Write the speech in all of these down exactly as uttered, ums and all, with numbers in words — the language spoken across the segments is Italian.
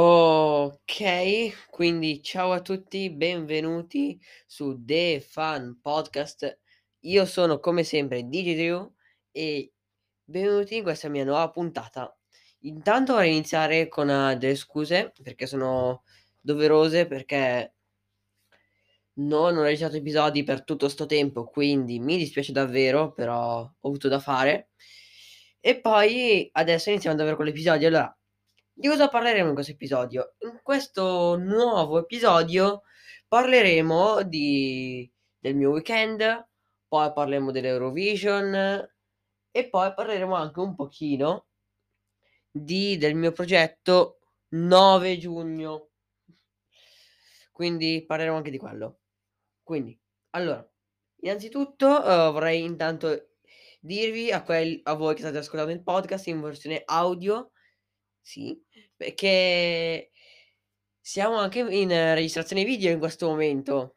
Ok, quindi ciao a tutti, benvenuti su The Fun Podcast. Io sono come sempre Digidrew e benvenuti in questa mia nuova puntata. Intanto vorrei iniziare con eh, delle scuse perché sono doverose perché non ho registrato episodi per tutto sto tempo, quindi mi dispiace davvero, però ho avuto da fare. E poi adesso iniziamo davvero con l'episodio. Allora, di cosa parleremo in questo episodio? In questo nuovo episodio parleremo di del mio weekend, poi parleremo dell'Eurovision e poi parleremo anche un pochino di del mio progetto nove giugno. Quindi parleremo anche di quello. Quindi, allora, innanzitutto, uhm, vorrei intanto dirvi a quel a voi che state ascoltando il podcast in versione audio, sì, perché siamo anche in registrazione video in questo momento.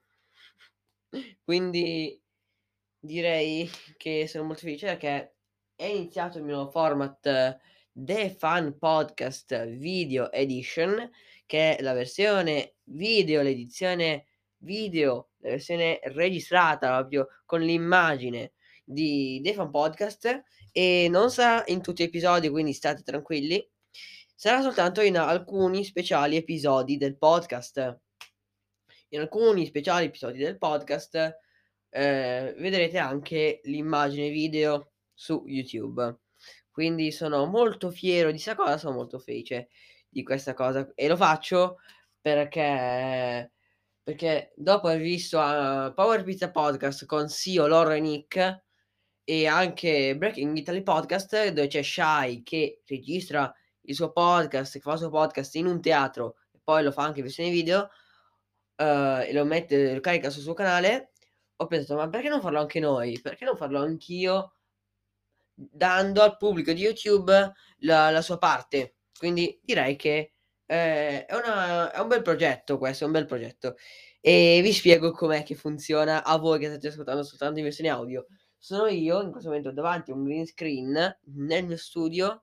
Quindi direi che sono molto felice perché è iniziato il mio nuovo format The Fun Podcast Video Edition, che è la versione video, l'edizione video, la versione registrata proprio con l'immagine di The Fun Podcast e non sarà in tutti gli episodi, quindi state tranquilli. Sarà soltanto in alcuni speciali episodi del podcast. In alcuni speciali episodi del podcast, ehm, vedrete anche l'immagine video su YouTube. Quindi sono molto fiero di 'sta cosa, sono molto felice di questa cosa e lo faccio perché perché dopo aver visto, uhm, Power Pizza Podcast con Sio, Loro e Nick e anche Breaking Italy Podcast, dove c'è Shai che registra il suo podcast, che fa il suo podcast in un teatro e poi lo fa anche in versione video, uhm, e lo mette lo carica sul suo canale, ho pensato: "Ma perché non farlo anche noi? Perché non farlo anch'io, dando al pubblico di YouTube la la sua parte?" Quindi direi che, ehm, è una è un bel progetto questo, è un bel progetto. E vi spiego com'è che funziona a voi che state ascoltando soltanto in versione audio. Sono io in questo momento davanti a un green screen nel mio studio,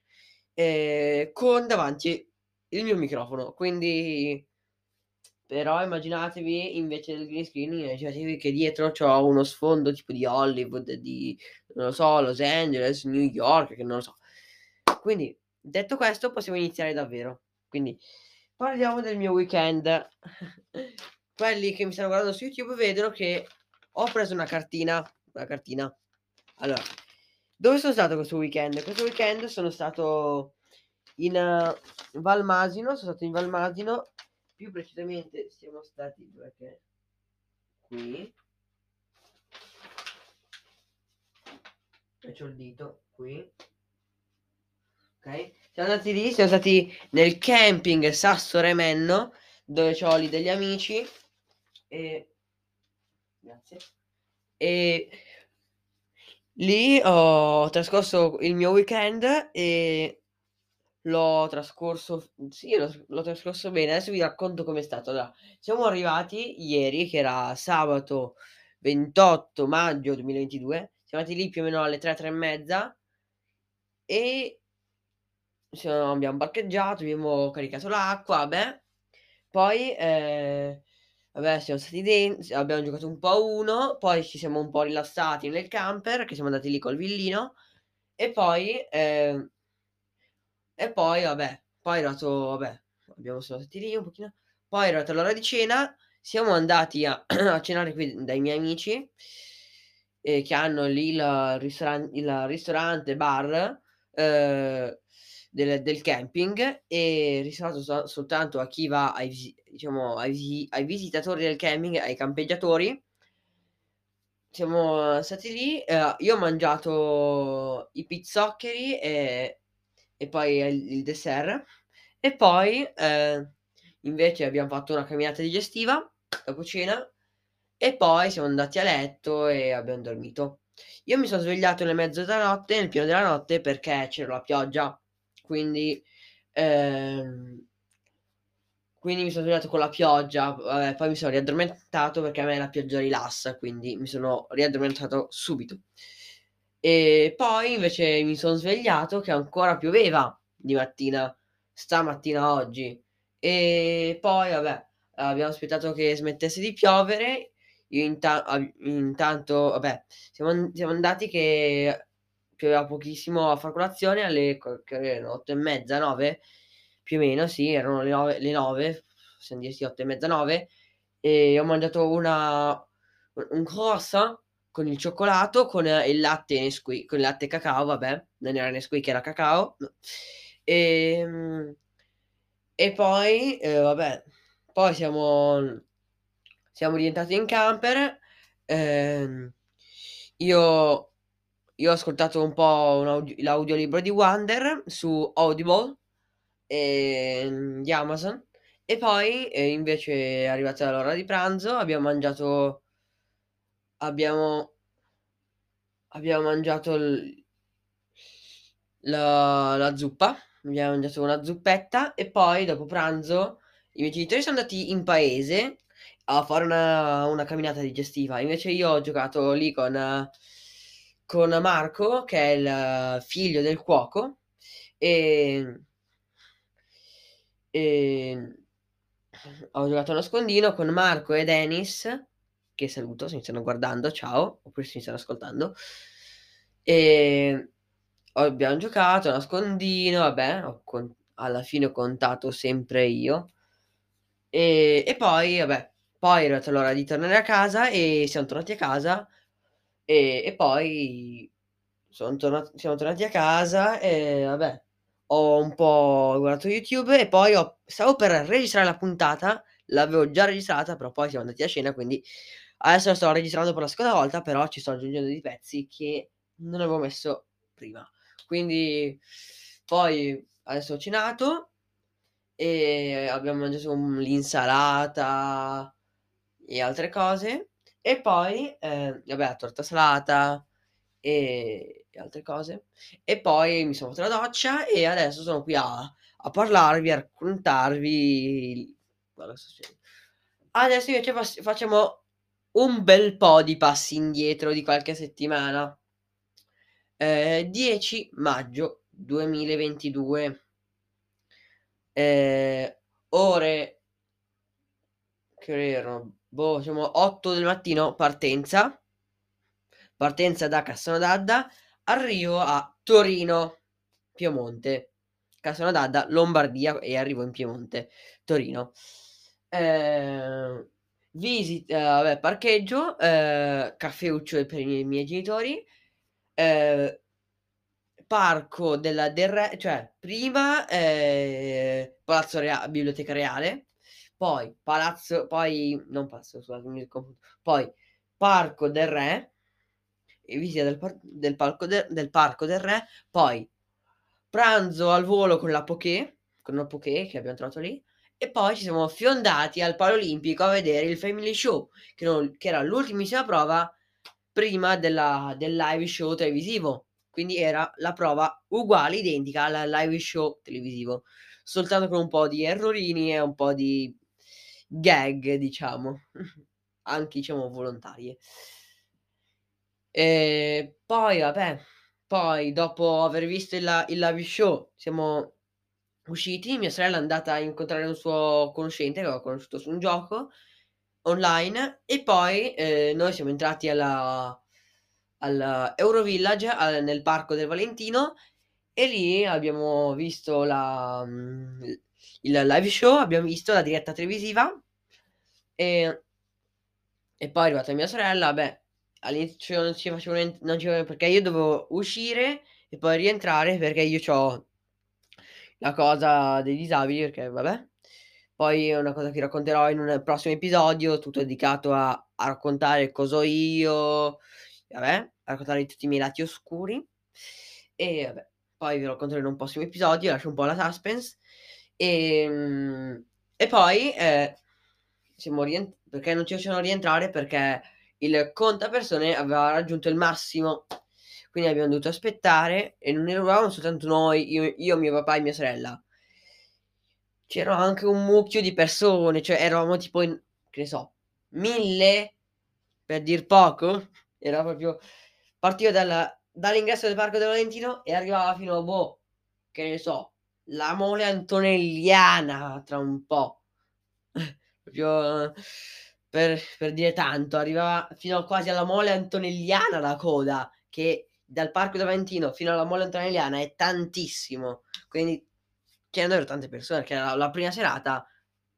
ehm, con davanti il mio microfono, quindi però immaginatevi invece del green screen, immaginatevi che dietro c'ho uno sfondo tipo di Hollywood, di non lo so, Los Angeles, New York, che non lo so. Quindi, detto questo, possiamo iniziare davvero. Quindi, parliamo del mio weekend. Quelli che mi stanno guardando su YouTube vedono che ho preso una cartina una cartina. Allora, dove sono stato questo weekend? Questo weekend sono stato in Val Masino, sono stato in Val Masino, più precisamente siamo stati dov'è che è? Qui. E c'ho il dito qui. Okay. Siamo andati lì, siamo stati nel camping Sasso Remenno, dove c'ho lì degli amici e grazie. E lì ho trascorso il mio weekend e l'ho trascorso f sì, l'ho s l'ho trascorso bene. Adesso vi racconto com'è stato. Allora, siamo arrivati ieri, che era sabato ventotto maggio duemilaventidue, siamo andati lì più o meno alle tre, tre e mezza e siamo abbiam parcheggiato, abbiamo caricato l'acqua, vabbè. Poi, ehm, vabbè siamo stati den s abbiamo giocato un po' a Uno, poi ci siamo un po' rilassati nel camper, che siamo andati lì col villino e poi ehm e poi vabbè, poi è arrivato vabbè, abbiamo siamo stati lì un pochino, poi è arrivata l'ora di cena, siamo andati a a cenare qui dai miei amici, ehm, che hanno lì il ristoran il ristorante bar, uhm, del del camping e riservato so soltanto a chi va ai visi diciamo ai visi ai visitatori del camping, ai campeggiatori. Siamo stati lì, ehm, io ho mangiato i pizzoccheri e e poi il il dessert e poi, ehm, invece abbiam fatto una camminata digestiva dopo cena e poi siamo andati a letto e abbiam dormito. Io mi son svegliato nel mezzo della notte, nel pieno della notte perché c'era la pioggia, quindi ehm quindi mi sono svegliato con la pioggia, vabbè, poi mi sono riaddormentato perché a me la pioggia rilassa, quindi mi sono riaddormentato subito. E poi invece mi son svegliato che ancora pioveva di mattina, stamattina oggi. E poi vabbè, abbiamo aspettato che smettesse di piovere, io inta ab intanto vabbè, siamo an siamo andati che pioveva pochissimo a far colazione alle co che ore erano? otto e mezza, nove? Più o meno sì, erano le nove le nove, possiam dir sì, otto e mezza, nove, e ho mangiato una u un croissant con il cioccolato, con il latte Nesquik con il latte cacao, vabbè, non era Nesquik, era cacao. Ehm, e poi, ehm, vabbè, poi siamo siamo rientrati in camper, ehm, io io ho ascoltato un po' un audi l'audiolibro di Wonder su Audible, ehm, di Amazon, e poi, ehm, invece è arrivata l'ora di pranzo, abbiamo mangiato abbiamo abbiamo mangiato l la la zuppa, abbiamo mangiato una zuppetta e poi dopo pranzo i miei genitori sono andati in paese a fare una una camminata digestiva. Invece io ho giocato lì con con Marco, che è il figlio del cuoco, ehm ehm, ho giocato a nascondino con Marco e Denis, che saluto se mi stanno guardando, ciao, oppure se mi stanno ascoltando. Ehm, o abbiam giocato a nascondino, vabbè, ho con alla fine ho contato sempre io. Ehm, e poi vabbè, poi è arrivata l'ora di tornare a casa e siam tornati a casa, e e poi son tornat siamo tornati a casa e vabbè, ho un po' guardato YouTube e poi ho stavo per registrare la puntata, l'avevo già registrata, però poi siamo andati a cena, quindi adesso la sto registrando per la seconda volta, però ci sto aggiungendo dei pezzi che non avevo messo prima. Quindi poi adesso ho cenato e abbiamo mangiato, mhmm, l'insalata e altre cose e poi, ehm, vabbè la torta salata e e altre cose. E poi mi sono fatto la doccia e adesso sono qui a a parlarvi, a raccontarvi il quello che sta succedendo. Adesso invece fass facciamo un bel po' di passi indietro di qualche settimana. Ehm, dieci maggio duemilaventidue. Ehm, ore che ore erano? Boh, diciamo otto del mattino partenza. Partenza da Cassano d'Adda, arrivo a Torino, Piemonte. Cassano d'Adda, Lombardia e arrivo in Piemonte, Torino. Ehm, visita vabbè, parcheggio, ehm, caffeuccio per i miei genitori, ehm parco della del re cioè prima, ehm, Palazzo Rea Biblioteca Reale, poi palazzo poi non palazzo scusatemi il confu poi Parco del Re e visita del par del palco de del Parco del Re, poi pranzo al volo con la Poké, con una Poké che abbiamo trovato lì, e poi ci siamo fiondati al Paralimpico a vedere il Family Show, che non che era l'ultimissima prova prima della del live show televisivo. Quindi era la prova uguale, identica al live show televisivo, soltanto con un po' di errorini e un po' di gag diciamo, anche diciamo volontarie. Ehm, poi vabbè, poi dopo aver visto il la il live show siamo usciti, mia sorella è andata a incontrare un suo conoscente che aveva conosciuto su un gioco online e poi, ehm, noi siamo entrati alla al Eurovillage, al nel Parco del Valentino e lì abbiamo visto la mhmm, il il live show, abbiamo visto la diretta televisiva, e e poi è arrivata mia sorella, beh, all'inizio non ci facevano en non ci perché io dovevo uscire e poi rientrare perché io c'ho la cosa dei disabili, perché vabbè. Poi è una cosa che racconterò in un prossimo episodio, tutto dedicato a a raccontare cosa ho io, vabbè, a raccontare di tutti i miei lati oscuri. E vabbè, poi vi racconterò in un prossimo episodio, lascio un po' la suspense. Ehm, e poi, ehm, siamo rien perché non ci facevano rientrare perché il contapersone aveva raggiunto il massimo, quindi abbiamo dovuto aspettare e non eravamo soltanto noi, io io, mio papà e mia sorella. C'era anche un mucchio di persone, cioè eravamo tipo in che ne so, mille per dir poco, era proprio partiva dal dall'ingresso del Parco del Valentino e arrivava fino, boh, che ne so la mole antonelliana tra un po'. Proprio per per dire tanto, arrivava fino a quasi alla mole antonelliana la coda, che dal Parco d'Aventino fino alla mole antonelliana è tantissimo, quindi c'erano davvero tante persone, che era la prima serata.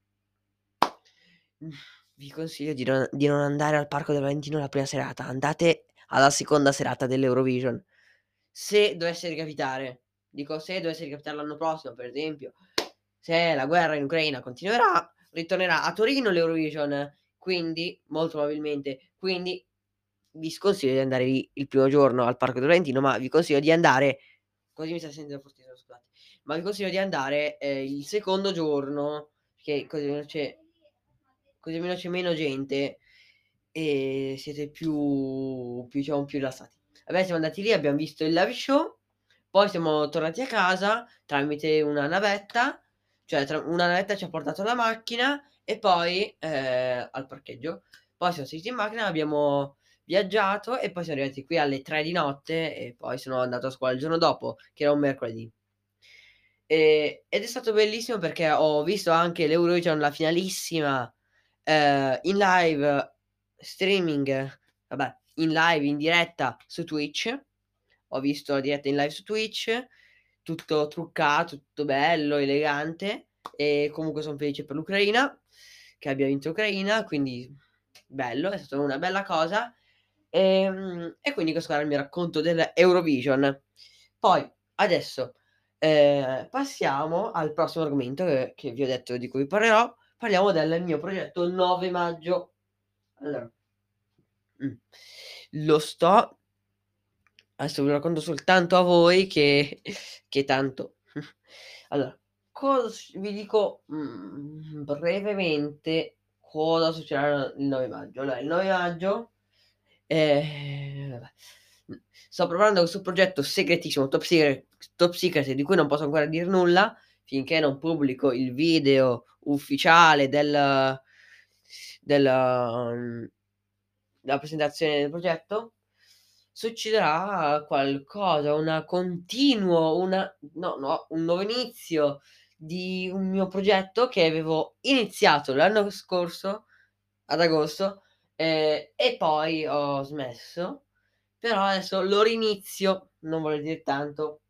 Mhmm, Vi consiglio di non di non andare al Parco dell'Aventino la prima serata, andate alla seconda serata dell'Eurovision. Se dovesse ricapitare, dico se dovesse ricapitare l'anno prossimo, per esempio, se la guerra in Ucraina continuerà, ritornerà a Torino l'Eurovision, quindi molto probabilmente, quindi vi sconsiglio di andare lì il primo giorno al Parco dell'Aventino, ma vi consiglio di andare così mi sta sentendo fortissimo, scusate, ma vi consiglio di andare, ehm, il secondo giorno, che così almeno c'è così almeno c'è meno gente e siete più più diciamo più rilassati. Vabbè, siamo andati lì, abbiam visto il live show, poi siamo tornati a casa tramite una navetta, cioè tra una navetta ci ha portato alla macchina e poi, ehm, al parcheggio. Poi siamo saliti in macchina, abbiamo viaggiato e poi siamo arrivati qui alle tre di notte e poi sono andato a scuola il giorno dopo, che era un mercoledì. Ehm, ed è stato bellissimo perché ho visto anche l'Eurovision, la finalissima, ehm, in live streaming, vabbè, in live, in diretta su Twitch. Ho visto la diretta in live su Twitch, tutto truccato, tutto bello, elegante e comunque son felice per l'Ucraina, che abbia vinto l'Ucraina, quindi bello, è stata una bella cosa. Ehm, e quindi questo era il mio racconto dell'Eurovision. Poi adesso, ehm, passiamo al prossimo argomento che che vi ho detto di cui parlerò. Parliamo del mio progetto nove maggio. Allora, mh, lo sto adesso ve lo racconto soltanto a voi che che tanto allora, cos vi dico, mhmm, brevemente cosa succederà il nove maggio. Allora, il nove maggio, ehm, vabbè, mhmm, sto preparando questo progetto segretissimo, top secret top secret di cui non posso ancora dir nulla, finché non pubblico il video ufficiale del del mhmm, della presentazione del progetto. Succederà qualcosa, una continuo una no, no, un nuovo inizio di un mio progetto che avevo iniziato l'anno scorso, ad agosto, ehm, e poi ho smesso, però adesso lo rinizio, non voglio dir tanto.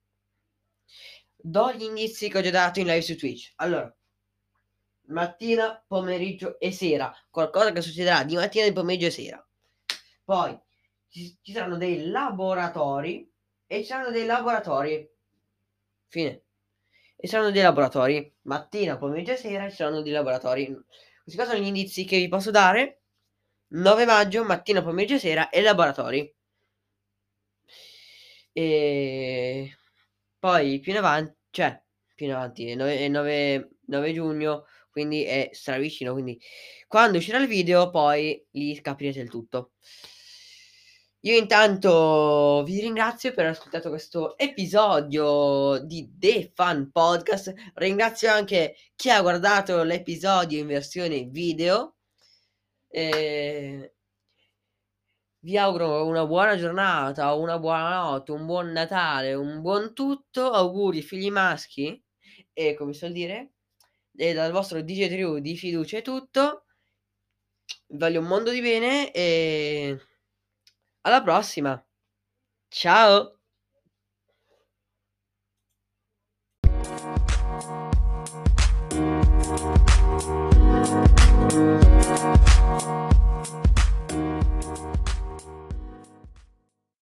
Do gli indizi che ho già dato in live su Twitch. Allora, mattina, pomeriggio e sera, qualcosa che succederà di mattina, di pomeriggio e sera. Poi ci ci saranno dei laboratori e ci saranno dei laboratori. Fine. E saranno dei laboratori. Mattina, pomeriggio e sera ci saranno dei laboratori. Questi qua sono gli indizi che vi posso dare. nove maggio, mattina, pomeriggio e sera e laboratori. Ehm, Poi più in avan cioè più in avanti, è nove è nove nove giugno, quindi è stravicino, quindi quando uscirà il video poi lì capirete il tutto. Io intanto vi ringrazio per aver ascoltato questo episodio di The Fun Podcast. Ringrazio anche chi ha guardato l'episodio in versione video. Ehm Vi auguro una buona giornata, una buonanotte, un buon Natale, un buon tutto, auguri figli maschi e come si suol dire, e dal vostro D J True di fiducia è tutto. Vi voglio un mondo di bene e alla prossima. Ciao.